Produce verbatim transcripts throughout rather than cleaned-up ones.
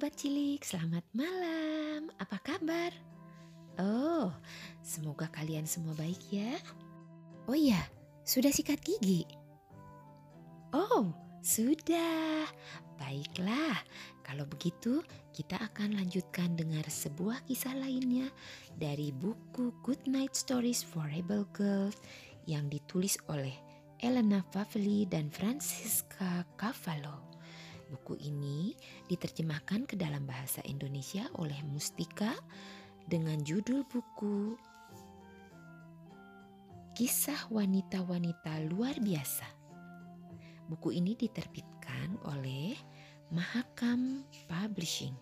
sobat cilik, selamat malam. Apa kabar? Oh, semoga kalian semua baik ya. Oh iya, sudah sikat gigi? Oh, sudah. Baiklah, kalau begitu kita akan lanjutkan dengar sebuah kisah lainnya dari buku Good Night Stories for Rebel Girls yang ditulis oleh Elena Favilli dan Francisca Cavallo. Buku ini diterjemahkan ke dalam bahasa Indonesia oleh Mustika dengan judul buku Kisah Wanita-Wanita Luar Biasa. Buku ini diterbitkan oleh Mahakam Publishing.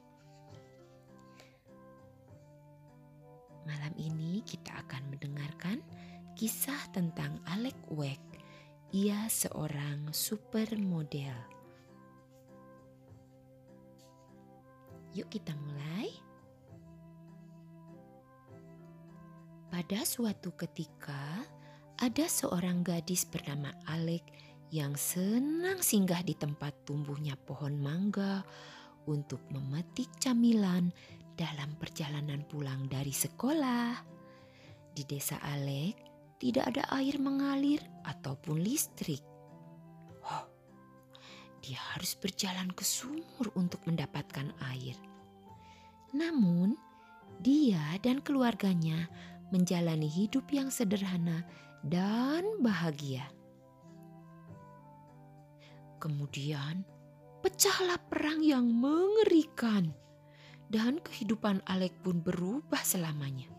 Malam ini kita akan mendengarkan kisah tentang Alec Wek. Ia seorang supermodel. Yuk kita mulai. Pada suatu ketika, ada seorang gadis bernama Alec yang senang singgah di tempat tumbuhnya pohon mangga untuk memetik camilan dalam perjalanan pulang dari sekolah. Di desa Alec tidak ada air mengalir ataupun listrik. Oh, dia harus berjalan ke sumur untuk mendapatkan air. Namun, dia dan keluarganya menjalani hidup yang sederhana dan bahagia. Kemudian, pecahlah perang yang mengerikan dan kehidupan Alec pun berubah selamanya.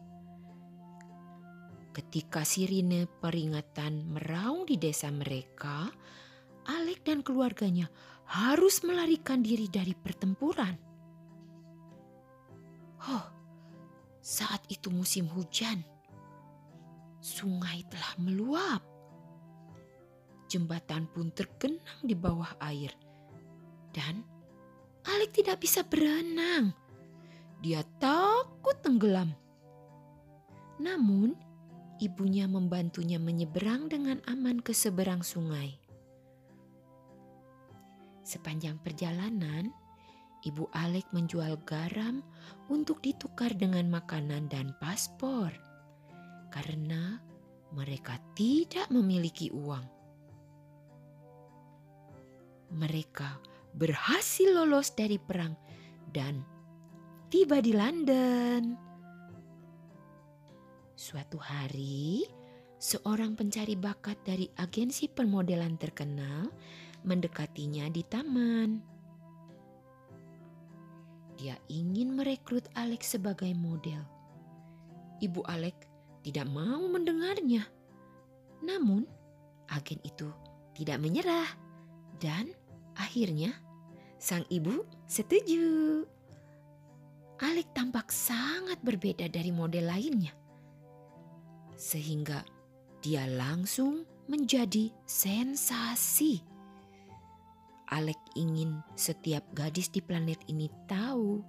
Ketika sirine peringatan meraung di desa mereka, Alec dan keluarganya harus melarikan diri dari pertempuran. Oh, saat itu musim hujan. Sungai telah meluap. Jembatan pun tergenang di bawah air. Dan Alec tidak bisa berenang. Dia takut tenggelam. Namun, ibunya membantunya menyeberang dengan aman ke seberang sungai. Sepanjang perjalanan, Ibu Alec menjual garam untuk ditukar dengan makanan dan paspor. Karena mereka tidak memiliki uang. Mereka berhasil lolos dari perang dan tiba di London. Suatu hari, seorang pencari bakat dari agensi permodelan terkenal mendekatinya di taman. Dia ingin merekrut Alec sebagai model. Ibu Alec tidak mau mendengarnya. Namun, agen itu tidak menyerah dan akhirnya sang ibu setuju. Alec tampak sangat berbeda dari model lainnya. Sehingga dia langsung menjadi sensasi. Alec ingin setiap gadis di planet ini tahu.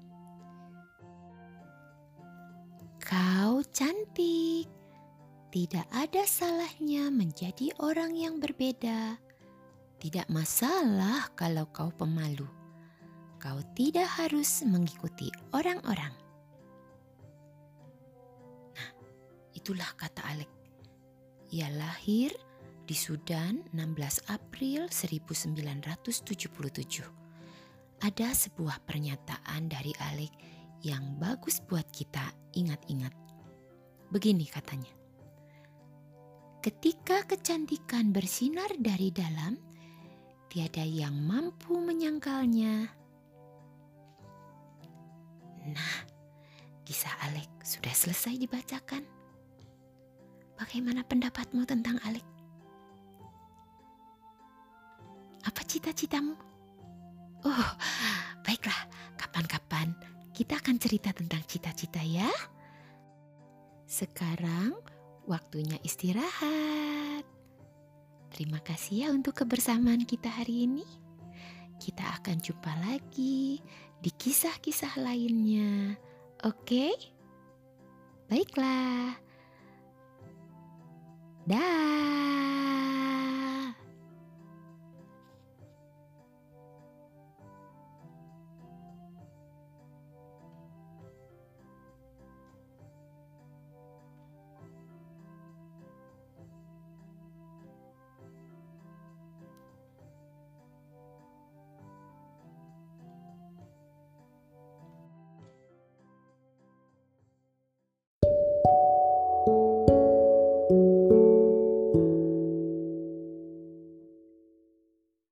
Kau cantik. Tidak ada salahnya menjadi orang yang berbeda. Tidak masalah kalau kau pemalu. Kau tidak harus mengikuti orang-orang. Nah, itulah kata Alec. Ia lahir di Sudan enam belas April seribu sembilan ratus tujuh puluh tujuh. Ada sebuah pernyataan dari Alec yang bagus buat kita ingat-ingat. Begini katanya. Ketika kecantikan bersinar dari dalam, tiada yang mampu menyangkalnya. Nah, kisah Alec sudah selesai dibacakan. Bagaimana pendapatmu tentang Alec? Apa cita-citamu? Oh, baiklah, kapan-kapan kita akan cerita tentang cita-cita ya. Sekarang waktunya istirahat. Terima kasih ya untuk kebersamaan kita hari ini. Kita akan jumpa lagi di kisah-kisah lainnya. Oke? Baiklah. Dah.